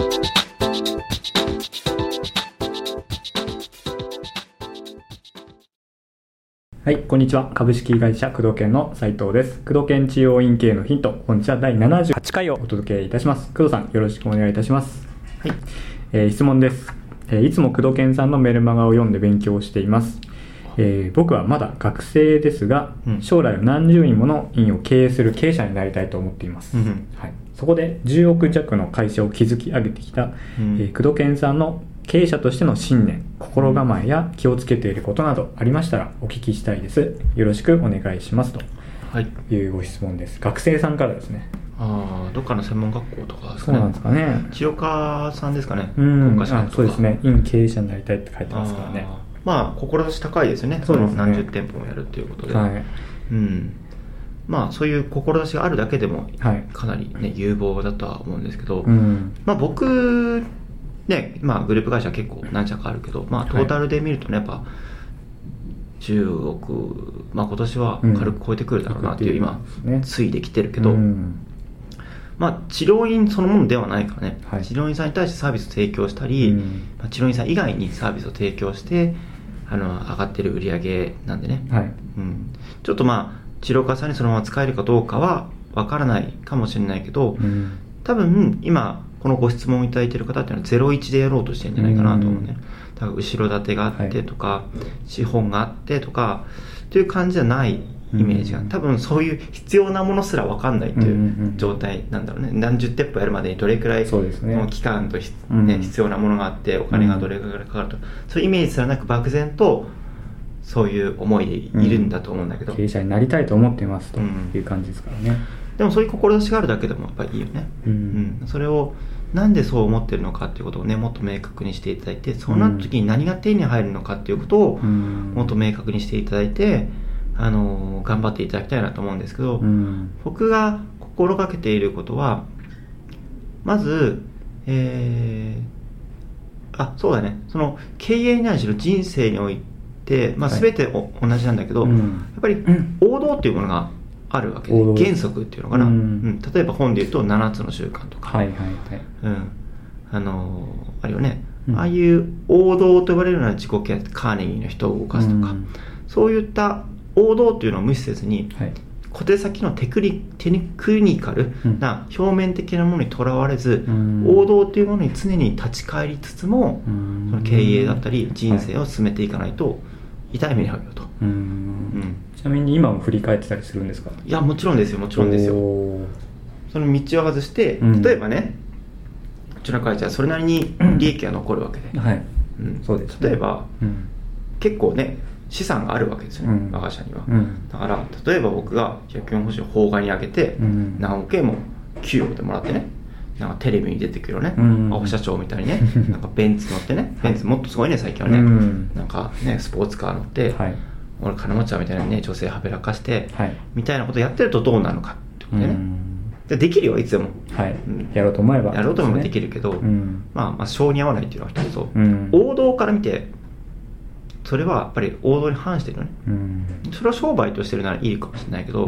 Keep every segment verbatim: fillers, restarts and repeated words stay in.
はい、こんにちは。株式会社工藤研の斉藤です。工藤研治療院経営のヒント、本日はだいななじゅうはちかいをお届けいたします。工藤さん、よろしくお願いいたします。はい、えー、質問です、えー。いつも工藤研さんのメルマガを読んで勉強しています。えー、僕はまだ学生ですが、うん、将来は何十人もの院を経営する経営者になりたいと思っています。うんはい、そこでじゅうおく弱の会社を築き上げてきた、うんえー、工藤研さんの経営者としての信念、心構えや気をつけていることなどありましたらお聞きしたいです。よろしくお願いしますというご質問です。学生さんからですね。 ああ、どっかの専門学校とかですかね。 そうなんですかね。 千代川さんですかね。 うん、あ、そうですね。院経営者になりたいって書いてますからね。 あまあ志高いですよね。 そうですね。 その何十店舗もやるということで。 はい。 うん。まあそういう志があるだけでもかなりね、有望だとは思うんですけど、うん、まあ僕ね、まあグループ会社結構何社かあるけど、まあトータルで見るとね、やっぱじゅうおく、まあ今年は軽く超えてくるだろうなっていう、今ついできてるけど、うん、まあ治療院そのものではないからね、はい、治療院さんに対してサービスを提供したり、うんまあ、治療院さん以外にサービスを提供してあの上がってる売り上げなんでね、はいうん、ちょっとまあ治療家さんにそのまま使えるかどうかはわからないかもしれないけど、うん、多分今このご質問をいただいている方っていうのはゼロイチでやろうとしてるんじゃないかなと思うね。だから後ろ盾があってとか、はい、資本があってとかという感じじゃないイメージが、多分そういう必要なものすら分かんないという状態なんだろうね。何十店舗やるまでにどれくらいの期間と、ね、必要なものがあってお金がどれくらいかかると、そういうイメージすらなく漠然とそういう思いでいるんだと思うんだけど、 経営者になりたいと思っていますという感じですからね。 でもそういう志があるだけでもやっぱりいいよね、うんうん、それをなんでそう思ってるのかっていうことをねもっと明確にしていただいて、そうなった時に何が手に入るのかっていうことをもっと明確にしていただいて、あのー、頑張っていただきたいなと思うんですけど、うん、僕が心がけていることはまず、えー、あそうだねその経営ないしろ人生において、まあ、全てお、はい、同じなんだけど、うん、やっぱり王道っていうものがあるわけで、原則っていうのかな、うんうん、例えば本で言うとななつの習慣とか、はいはいはいうん、あのー、あるよね、うん、ああいう王道と呼ばれるような自己啓発、カーネギーの人を動かすとか、うん、そういった王道というのを無視せずに、はい、小手先のテクニ、テクニカルな表面的なものにとらわれず、うん、王道というものに常に立ち返りつつも、うん、その経営だったり人生を進めていかないと痛い目に遭うよと、うんうん、 ちなみに今も振り返ってたりするんですか？ いやもちろんですよもちろんですよ。その道を外して、うん、例えばねうちの会社はそれなりに利益が残るわけで、うんはいうん、そうですね、例えば、うん、結構ね資産があるわけですよね、うん、我が社には、うん、だから例えば僕がひゃくよん報酬を法外に上げて、うん、何億円も給与でもらってね、なんかテレビに出てくるよね、うん、青社長みたいにねなんかベンツ乗ってねベンツもっとすごいね最近はね、うん、なんかねスポーツカー乗って、はい、俺金持ちはみたいなね女性はべらかして、はい、みたいなことやってるとどうなるのかってことでね、うん、で, できるよいつでも、はいうん、 やろうと思えばやろうと思えばできるけど、うん、まあまあ性に合わないっていうのは一つと、うん、王道から見てそれはやっぱり王道に反してるのね、うん、それは商売としてるならいいかもしれないけど、うん、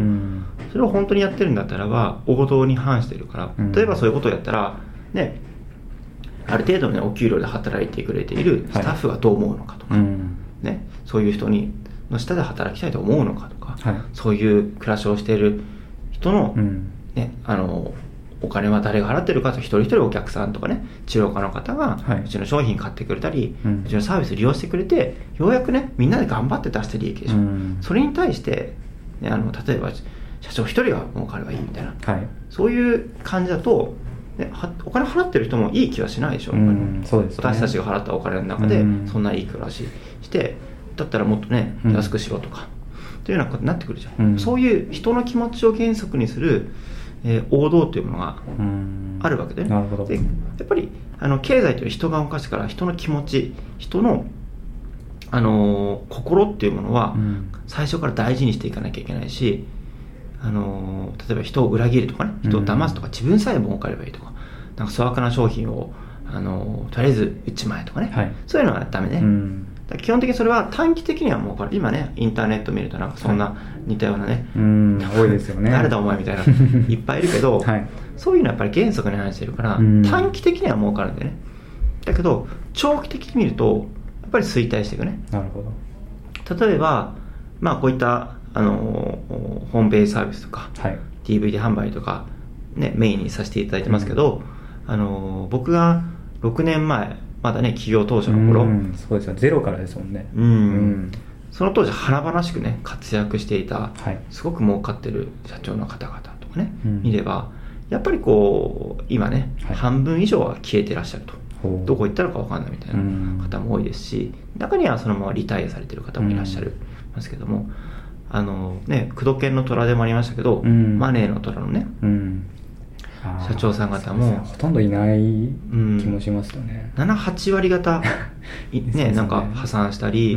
それを本当にやってるんだったらば王道に反してるから、うん、例えばそういうことをやったらねある程度の、ね、お給料で働いてくれているスタッフがどう思うのかとか、はいね、そういう人にの下で働きたいと思うのかとか、はい、そういう暮らしをしている人の、うんね、あのお金は誰が払ってるかと一人一人お客さんとかね治療家の方がうちの商品買ってくれたり、はい、うちのサービス利用してくれてようやくねみんなで頑張って出して利益でしょ、うん、それに対して、ね、あの例えば社長一人が儲かればいいみたいな、はい、そういう感じだと、ね、お金払ってる人もいい気はしないでしょ、うん、そうですね、私たちが払ったお金の中でそんないい暮らししてだったらもっとね安くしろとか、うん、というようなことになってくるじゃん、うん、そういう人の気持ちを原則にするえー、王道というものがあるわけで、ね、なるほど。でやっぱりあの経済というのは人が動かすから人の気持ち人の、あのー、心っていうものは最初から大事にしていかなきゃいけないし、あのー、例えば人を裏切るとかね人を騙すとか、うん、自分さえ儲かればいいとかなんか粗悪な商品を、あのー、とりあえず売っちまえとかね、はい、そういうのはダメね、うん、だ基本的にそれは短期的には儲かる。今ねインターネット見るとなんかそんな似たようなね、はい、 うん多いですよね誰だお前みたいないっぱいいるけど、はい、 そういうのはやっぱり原則に反してるから、 うん、 短期的には儲かるんだよね。だけど長期的に見るとやっぱり衰退していくね。 なるほど。 例えば、まあ、こういったあのホームページサービスとか、はい、ディーブイディー 販売とか、ね、メインにさせていただいてますけど、うん、あの僕がろくねんまえまだね起業当初の頃、うん、 そうですよ、ゼロからですもんね。 うん、うん、その当時華々しくね活躍していた、はい、すごく儲かってる社長の方々とかね、うん、見ればやっぱりこう今ね、はい、半分以上は消えてらっしゃると、どこ行ったのか分かんないみたいな方も多いですし、中にはそのままリタイアされてる方もいらっしゃるますけども、あのね、工藤研の虎でもありましたけど、うん、マネーの虎のね、うん、社長さん方も、 ね、ほとんどいない気もしますよね。 うん、なな、はち割方ね、なんか破産したり、うん、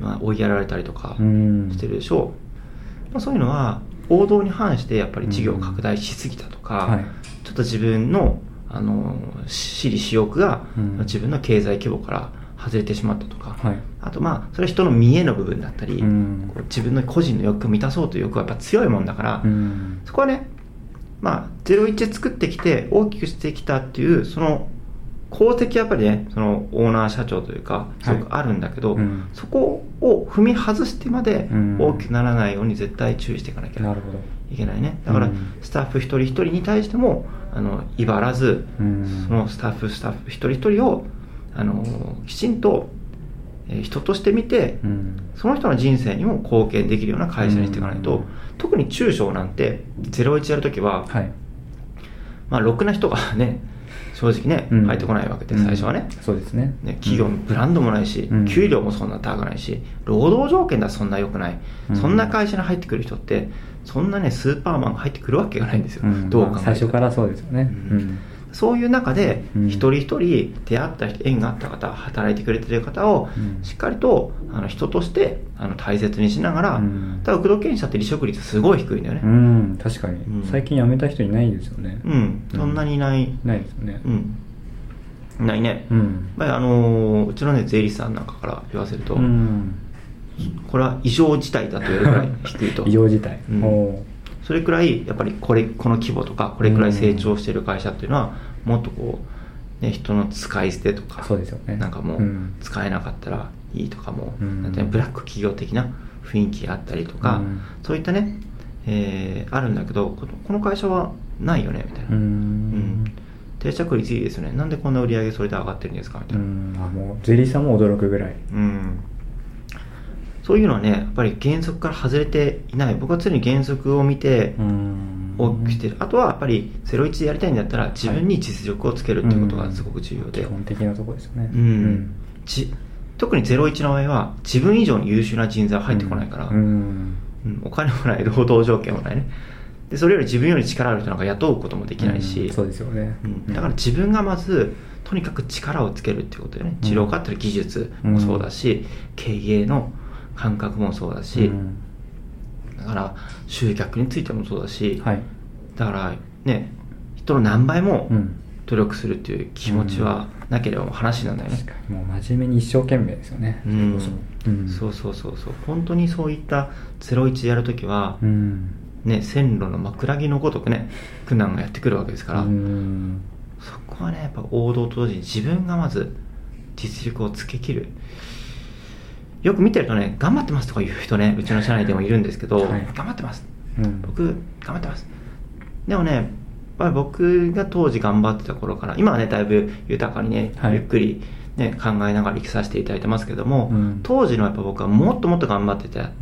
まあ、追いやられたりとかしてるでしょう。まあ、そういうのは王道に反してやっぱり事業を拡大しすぎたとか、うん、はい、ちょっと自分のあの私利私欲が自分の経済規模から外れてしまったとか、はい、あとまあそれは人の見栄の部分だったり、うん、こう自分の個人の欲を満たそうという欲はやっぱ強いもんだから、うん、そこはね、まあゼロイチ作ってきて大きくしてきたっていうその功績はやっぱりね、そのオーナー社長というかすごくあるんだけど、はい、うん、そこを踏み外してまで大きくならないように絶対注意していかなきゃいけないね。だからスタッフ一人一人に対してもあの威張らず、うん、そのスタッフスタッフ一人一人をあのきちんと、えー、人として見て、うん、その人の人生にも貢献できるような会社にしていかないと、うん、特に中小なんてゼロイチやるときは、はい、まあろくな人がね正直ね、うん、入ってこないわけで、最初はね、 うん、そうですね、 ね、企業のブランドもないし、うん、給料もそんな高くないし、労働条件だそんな良くない、うん、そんな会社に入ってくる人ってそんなねスーパーマンが入ってくるわけがないんですよ、うん、どう考えても、まあ、 最初からそうですよね、 うんうん、そういう中で一人一人出会った人、縁があった方、働いてくれてる方をしっかりとあの人としてあの大切にしながら、うん、だから工藤研社って離職率すごい低いんだよね、 うん、確かに、うん、最近辞めた人いないですよね、 うん、そんなにいない、 うん、ないですよね、 うん、ないね、うん、まああのー、うちのね税理士さんなんかから言わせると、うん、これは異常事態だと言えるくらい低いと異常事態、 うん、それくらいやっぱりこれこの規模とかこれくらい成長している会社っていうのはもっとこう、ね、人の使い捨てとか、 そうですよね、 なんかもう使えなかったらいいとかも、うん、なんてブラック企業的な雰囲気があったりとか、うん、そういったね、えー、あるんだけど、この会社はないよねみたいな、うん、うん、定着率いいですよね、なんでこんな売り上げそれで上がってるんですかみたいな、うん、あもう税理士さんも驚くぐらい、 うん、そういうのはねやっぱり原則から外れていない。僕は常に原則を見て大きくしてる。あとはやっぱりゼロイチでやりたいんだったら自分に実力をつけるっていうことがすごく重要で、 基本的なところですよね、 うんうん、ち特にゼロイチの場合は自分以上に優秀な人材は入ってこないから、うんうん、お金もない、労働条件もないね。でそれより自分より力ある人なんか雇うこともできないし、 うん、そうですよね、 うん、だから自分がまずとにかく力をつけるっていうことでね、治療科って技術もそうだし、うん、経営の感覚もそうだし、うん、だから集客についてもそうだし、はい、だからね人の何倍も努力するっていう気持ちはなければ話なんだよね、 うん、もう真面目に一生懸命ですよね、うん、 うん、そうそうそうそう、本当にそういったゼロイチやるときは、うんね、線路の枕木のごとくね苦難がやってくるわけですから、うん、そこはねやっぱ王道と同時に自分がまず実力をつけきる。よく見てるとね頑張ってますとか言う人ねうちの社内でもいるんですけど、はい、頑張ってます、うん、僕頑張ってます。でもねやっぱり僕が当時頑張ってた頃から今はねだいぶ豊かにね、はい、ゆっくりね、考えながら生きさせていただいてますけども、うん、当時のやっぱ僕はもっともっと頑張ってて、うん、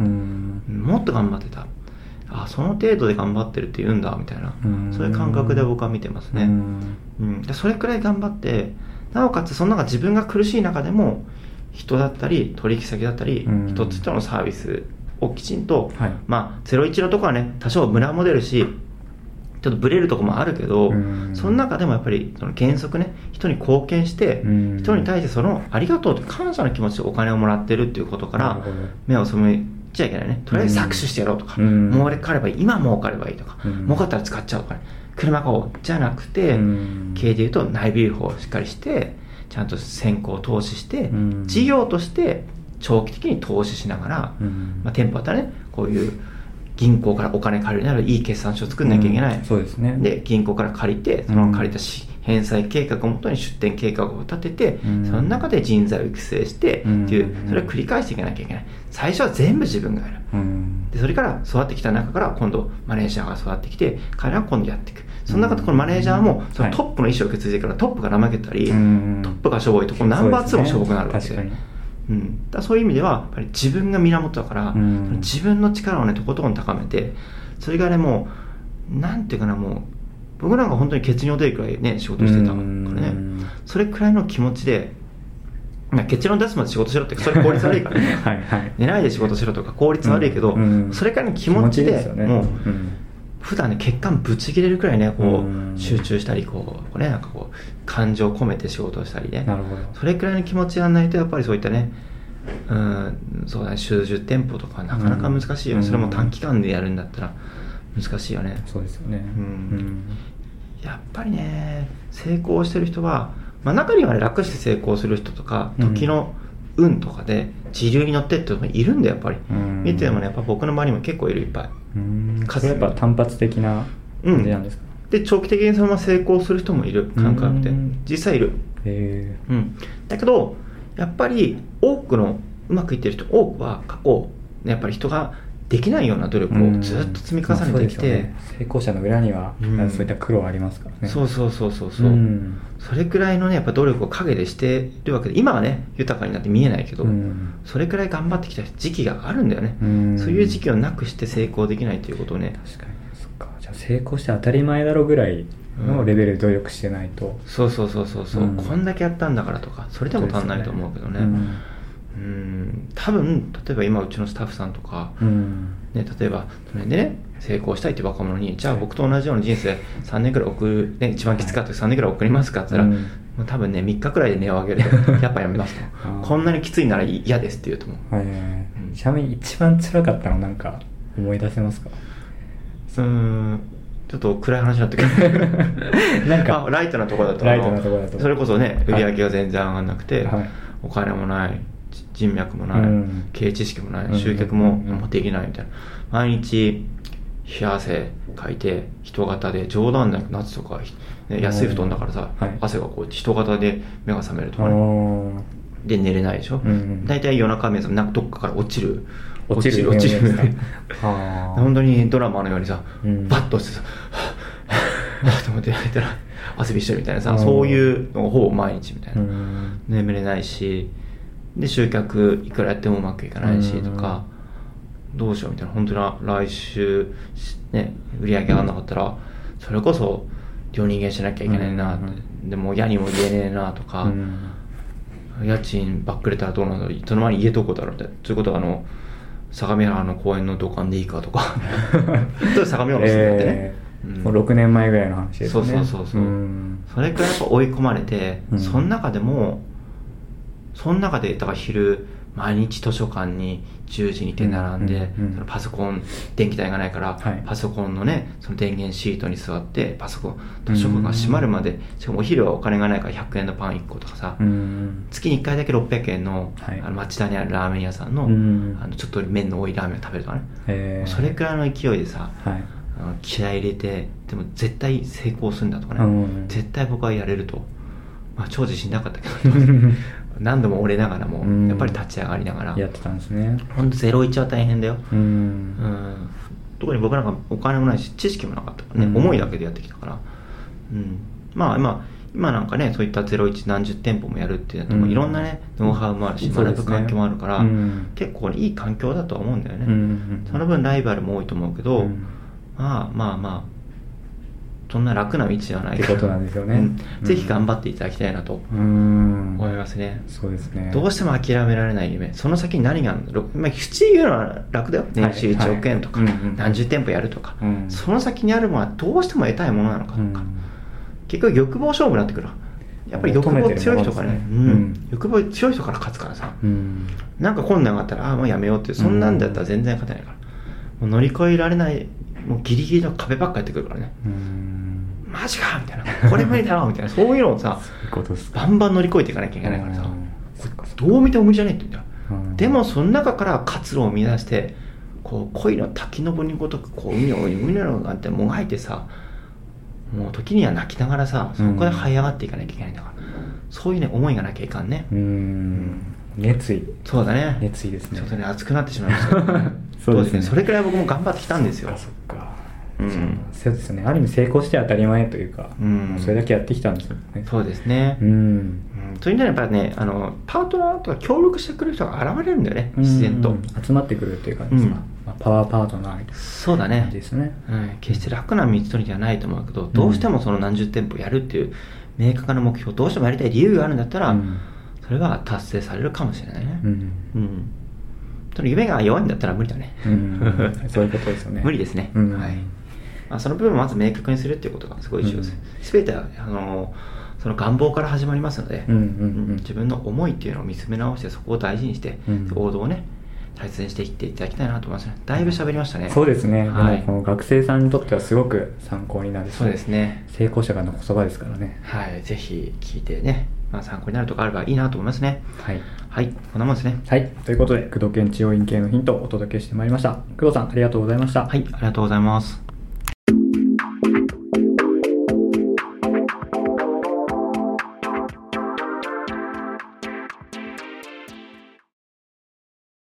もっと頑張ってた。あその程度で頑張ってるって言うんだみたいな、そういう感覚で僕は見てますね、うんうん、でそれくらい頑張ってなおかつその中自分が苦しい中でも人だったり取引先だったり、うん、人つとのサービスをきちんと、はい、まあゼロイチのところはね多少ムラも出るしちょっとブレるところもあるけど、うん、その中でもやっぱりその原則ね人に貢献して、うん、人に対してそのありがとうという感謝の気持ちでお金をもらってるっていうことから目を背ちゃいけないね。とりあえず搾取してやろうとか、うん、儲かればいい、今儲かればいいとか、うん、儲かったら使っちゃおうとか、ね、車買おうじゃなくて、うん、経営でいうと内部留保をしっかりしてちゃんと先行投資して、うん、事業として長期的に投資しながら、うんまあ、店舗だったらねこういう銀行からお金借りるならいい決算書を作んなきゃいけない、 うん、そうですね。 で銀行から借りてその借りたし、うん、返済計画をもとに出店計画を立てて、うん、その中で人材を育成してっていう、それを繰り返していかなきゃいけない。最初は全部自分がやる、うん、でそれから育ってきた中から今度マネージャーが育ってきて彼らは今度やっていく。その中でこのマネージャーもそのトップの意思を受け継いでから、トップが怠けたり、うん、トップがしょぼいとこのナンバーツーもしょぼくなるわけで、ね、うん、だそういう意味ではやっぱり自分が源だから、うん、自分の力をねとことん高めて、それがねもうなんていうかな、もう僕なんか本当に血尿出るくらいね仕事してたからね、それくらいの気持ちで結論出すまで仕事しろって、それ効率悪いからねはい、はい、寝ないで仕事しろとか効率悪いけど、うんうん、それくらいの気持ちで、ね、もう、うん、普段ね血管ぶち切れるくらいねこう、うん、集中したりこう、こうねなんかこう感情を込めて仕事をしたりね、なるほど、それくらいの気持ちやらないとやっぱりそういったね、うん、そうだね、数十店舗とかなかなか難しいよね、うん、それも短期間でやるんだったら難しいよね。 そうですよね、うんうん、 やっぱりね成功してる人は、まあ、中には、ね、楽して成功する人とか時の運とかで時流に乗ってって人もいるんだよやっぱり、うん、見てもねやっぱ僕の周りにも結構いる、いっぱい。 うん、それやっぱ単発的な感じなんですか、 うん、で長期的にそのまま成功する人もいる感覚で、うん、実際いる。へー、うん、だけどやっぱり多くのうまくいってる人多くは過去やっぱり人ができないような努力をずっと積み重ねてきて、うん、まあね、成功者の裏には、うん、そういった苦労ありますからね。 そうそうそうそうそう、うん、それくらいのねやっぱ努力を陰でしてるわけで、今はね豊かになって見えないけど、うん、それくらい頑張ってきた時期があるんだよね、うん、そういう時期をなくして成功できないということをね。 確かにそっか、じゃあ成功して当たり前だろうぐらいのレベルで努力してないと、うん、 そうそうそうそうそう、うん、こんだけやったんだからとかそれでも足んないと思うけどね、うん、多分例えば今うちのスタッフさんとか、うんね、例えばそれでね成功したいって若者に、じゃあ僕と同じような人生さんねんくらい送る、ね、一番きつかったさんねんくらい送りますかって言ったら、うん、もう多分ねみっかくらいで値を上げるとやっぱやめますとこんなにきついなら嫌ですって言うと思う、はいはいはい、 うん、ちなみに一番辛かったのなんか思い出せますか？ うーんちょっと暗い話になってくるなんかあライトなところだとライトなところだとそれこそね売り上げが全然上がらなくて、はい、お金もない人脈もない、うん、経営知識もない、うん、集客もできないみたいな、毎日冷や汗かいて人型で冗談なく夏とか、ね、安い布団だからさ、はい、汗がこう人型で目が覚めるとかねで寝れないでしょ、うん、大体夜中目覚めなんかどっかから落ちる落ちる落ちる本当にドラマのようにさ、うん、バッとしてさはぁと思ってやったら汗びっしょりみたいなさ、そういうのがほぼ毎日みたいな、うん、眠れないしで集客いくらやってもうまくいかないしとか、うん、どうしようみたいな、本当に来週、ね、売り上げ上がらなかったらそれこそ料人間しなきゃいけないなって、うん、でも嫌にも言えねえなとか、うん、家賃ばっくれたらどうなんだろう、その前に家どこだろうって、そういうことはあの相模原の公園の土管でいいかとか相模原の住んでってね、えーうん、 もうろくねんまえぐらいの話ですね。 そうそうそうそう、うん、それくらいやっぱ追い込まれて、うん、その中でもその中でだから昼毎日図書館にじゅうじに行って並んで、うんうんうん、そのパソコン電気代がないから、はい、パソコンのねその電源シートに座ってパソコン図書館が閉まるまで、しかもお昼はお金がないからひゃくえんのパンいっことかさ、うん、月にいっかいだけろっぴゃくえんの、はい、あの町田にあるラーメン屋さんの、うん、あのちょっと麺の多いラーメンを食べるとかね、それくらいの勢いでさ、はい、あの気合い入れてでも絶対成功するんだとかね、うん、絶対僕はやれると、まあ、超自信なかったけど何度も折れながらも、うん、やっぱり立ち上がりながらやってたんですね。 ほんとゼロイチは大変だよ、うんうん、特に僕なんかお金もないし知識もなかったからね、うん、思いだけでやってきたから、うん、まあ今今なんかねそういったゼロイチ何十店舗もやるっていうのと、うん、いろんなねノウハウもあるし、学ぶ環境もあるから、うん、結構いい環境だとは思うんだよね、うんうん、その分ライバルも多いと思うけど、うん、まあまあまあそんな楽な道ではないってことなんですよね、うん、 ぜひ頑張っていただきたいなと思いますね。 そうですね。 どうしても諦められない夢、その先に何があるんだろう、まあ、普通言うのは楽だよ、年収いちおくえんとか、はいはい、何十店舗やるとか、うん、その先にあるものはどうしても得たいものなのかとか、うん、結局欲望勝負になってくる。やっぱり欲望強い人からね、うんうん、欲望強い人から勝つからさ、うん、なんか困難があったらああもうやめようって、そんなんだったら全然勝てないから、もう乗り越えられないもうギリギリの壁ばっかやってくるからね、うーんマジかみたいな、これ無理だろみたいな、そういうのをさバンバン乗り越えていかなきゃいけないからさ、どう見ても無理じゃねえって言うんだよ。でもその中から活路を見出してこう恋の滝のぼりごとくこう海の海のなんてもがいてさ、もう時には泣きながらさ、そこで這い上がっていかなきゃいけないんだから、うん、そういうね思いがなきゃいかんね。 うーん、熱意。 そうだね、 熱意ですね。 ちょっとね熱くなってしまいましたねそうですね、それくらい僕も頑張ってきたんですよ。 あ、そっか、 うん、 そうですね、ある意味成功して当たり前というか、 うん、 それだけやってきたんですよね。 そうですね、 うん、うん、 そういうのはやっぱりね、あのパートナーとか協力してくれる人が現れるんだよね、自然と、 うん、集まってくるっていう感じですか、うん、まあ、パワーパートナーみたいな。 そうだね、 感じですね、 うん、決して楽な道取りではないと思うけど、どうしてもその何十店舗やるっていう明確な目標、どうしてもやりたい理由があるんだったら、うん、それは達成されるかもしれないね。うん、うん、その夢が弱いんだったら無理だね、うん、 そういうことですよね。 無理ですね、うん、はい、まあ、その部分をまず明確にするっていうことがすごい重要です。すべ、うん、てはあのその願望から始まりますので、うんうんうん、自分の思いっていうのを見つめ直して、そこを大事にして、うん、王道をね大切にしていっていただきたいなと思いますね。だいぶ喋りましたね。 そうですね、はい、この学生さんにとってはすごく参考になるし、 そうですね、 成功者からの言葉ですからね。 はい、ぜひ聞いてね、まあ、参考になるとかあればいいなと思いますね。 はい、 はい、こんなもんですね。 はい、ということで工藤研治療院系のヒントをお届けしてまいりました。工藤さん、ありがとうございました。 はい、ありがとうございます。